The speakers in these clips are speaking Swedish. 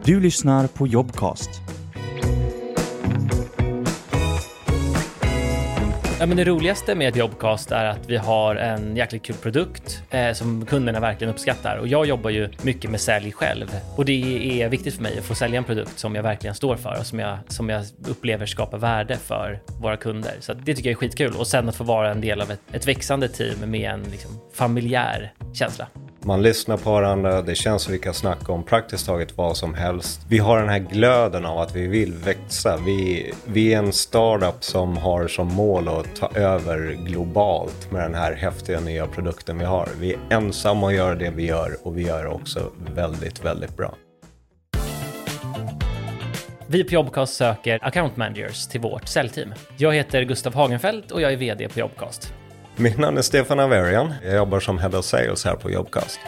Du lyssnar på Jobcast. Ja, men det roligaste med ett Jobcast är att vi har en jäkligt kul produkt som kunderna verkligen uppskattar. Och jag jobbar ju mycket med sälj själv. Och det är viktigt för mig att få sälja en produkt som jag verkligen står för och som jag upplever skapar värde för våra kunder. Så det tycker jag är skitkul. Och sen att få vara en del av ett växande team med en familjär känsla. Man lyssnar på varandra, det känns som vi kan snacka om praktiskt taget vad som helst. Vi har den här glöden av att vi vill växa. Vi är en startup som har som mål att ta över globalt med den här häftiga nya produkten vi har. Vi är ensamma och gör det vi gör och vi gör också väldigt, väldigt bra. Vi på Jobcast söker account managers till vårt säljteam. Jag heter Gustav Hagenfeldt och jag är vd på Jobcast. Mitt namn är Stefan Averian. Jag jobbar som Head of Sales här på Jobcast.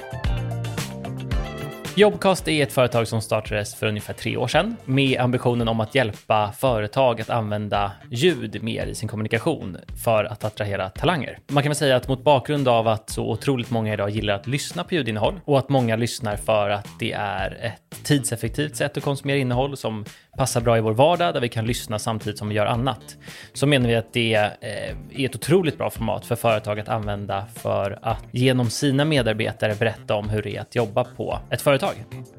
Jobcast är ett företag som startades för ungefär 3 år sedan med ambitionen om att hjälpa företag att använda ljud mer i sin kommunikation för att attrahera talanger. Man kan väl säga att mot bakgrund av att så otroligt många idag gillar att lyssna på ljudinnehåll och att många lyssnar för att det är ett tidseffektivt sätt att konsumera innehåll som passar bra i vår vardag där vi kan lyssna samtidigt som vi gör annat, så menar vi att det är ett otroligt bra format för företag att använda för att genom sina medarbetare berätta om hur det är att jobba på ett företag.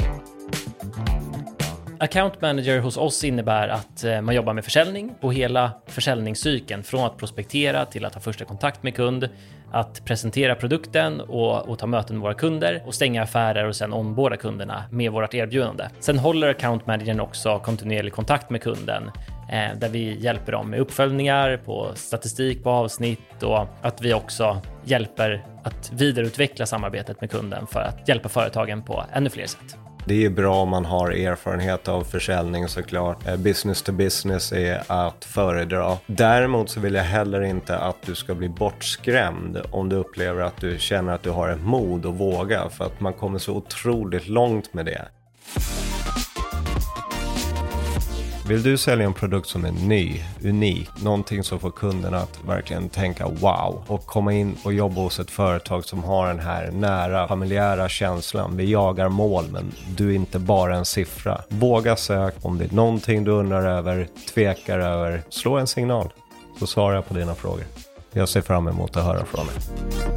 Account manager hos oss innebär att man jobbar med försäljning på hela försäljningscykeln, från att prospektera till att ha första kontakt med kund, att presentera produkten och ta möten med våra kunder och stänga affärer och sen onboarda kunderna med vårt erbjudande. Sen håller account managern också kontinuerlig kontakt med kunden där vi hjälper dem med uppföljningar på statistik på avsnitt och att vi också hjälper att vidareutveckla samarbetet med kunden för att hjälpa företagen på ännu fler sätt. Det är bra om man har erfarenhet av försäljning såklart. Business to business är att föredra. Däremot så vill jag heller inte att du ska bli bortskrämd om du upplever att du känner att du har ett mod att våga. För att man kommer så otroligt långt med det. Vill du sälja en produkt som är ny, unik, någonting som får kunderna att verkligen tänka wow och komma in och jobba hos ett företag som har den här nära, familjära känslan. Vi jagar mål, men du är inte bara en siffra. Våga sök om det är någonting du undrar över, tvekar över. Slå en signal så svarar jag på dina frågor. Jag ser fram emot att höra från dig.